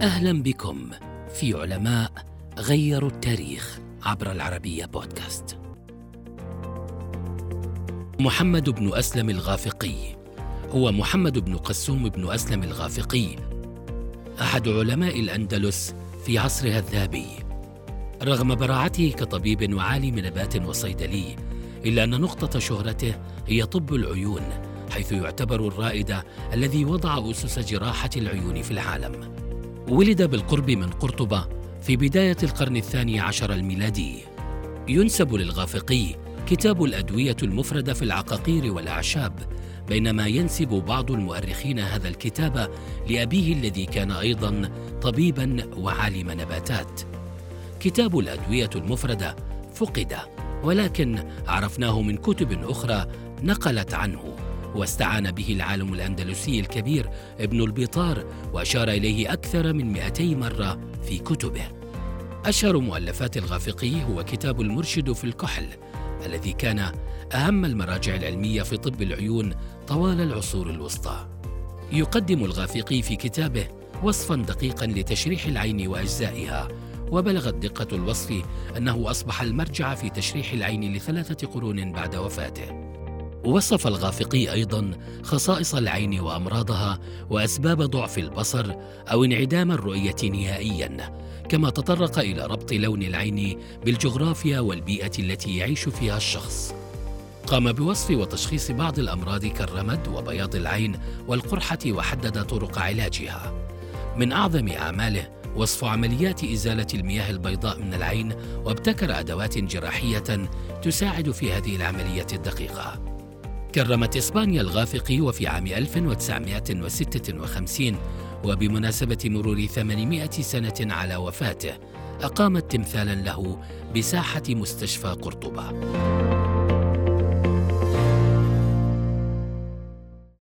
أهلا بكم في علماء غيروا التاريخ عبر العربية بودكاست. محمد بن أسلم الغافقي هو محمد بن قسوم بن أسلم الغافقي، أحد علماء الأندلس في عصرها الذهبي. رغم براعته كطبيب وعالم نبات وصيدلي، إلا أن نقطة شهرته هي طب العيون، حيث يعتبر الرائد الذي وضع أسس جراحة العيون في العالم. ولد بالقرب من قرطبة في بداية القرن 12 الميلادي. ينسب للغافقي كتاب الأدوية المفردة في العقاقير والأعشاب، بينما ينسب بعض المؤرخين هذا الكتاب لأبيه الذي كان أيضاً طبيباً وعالم نباتات. كتاب الأدوية المفردة فقد، ولكن عرفناه من كتب أخرى نقلت عنه، واستعان به العالم الأندلسي الكبير ابن البطار، وأشار إليه أكثر من 200 مرة في كتبه. أشهر مؤلفات الغافقي هو كتاب المرشد في الكحل، الذي كان أهم المراجع العلمية في طب العيون طوال العصور الوسطى. يقدم الغافقي في كتابه وصفاً دقيقاً لتشريح العين وأجزائها، وبلغت دقة الوصف أنه أصبح المرجع في تشريح العين ل3 قرون بعد وفاته. وصف الغافقي أيضاً خصائص العين وأمراضها وأسباب ضعف البصر أو انعدام الرؤية نهائياً، كما تطرق إلى ربط لون العين بالجغرافيا والبيئة التي يعيش فيها الشخص. قام بوصف وتشخيص بعض الأمراض كالرمد وبياض العين والقرحة، وحدد طرق علاجها. من أعظم أعماله وصف عمليات إزالة المياه البيضاء من العين، وابتكر أدوات جراحية تساعد في هذه العملية الدقيقة. كرمت إسبانيا الغافقي، وفي عام 1956 وبمناسبة مرور 800 سنة على وفاته، أقامت تمثالاً له بساحة مستشفى قرطبة.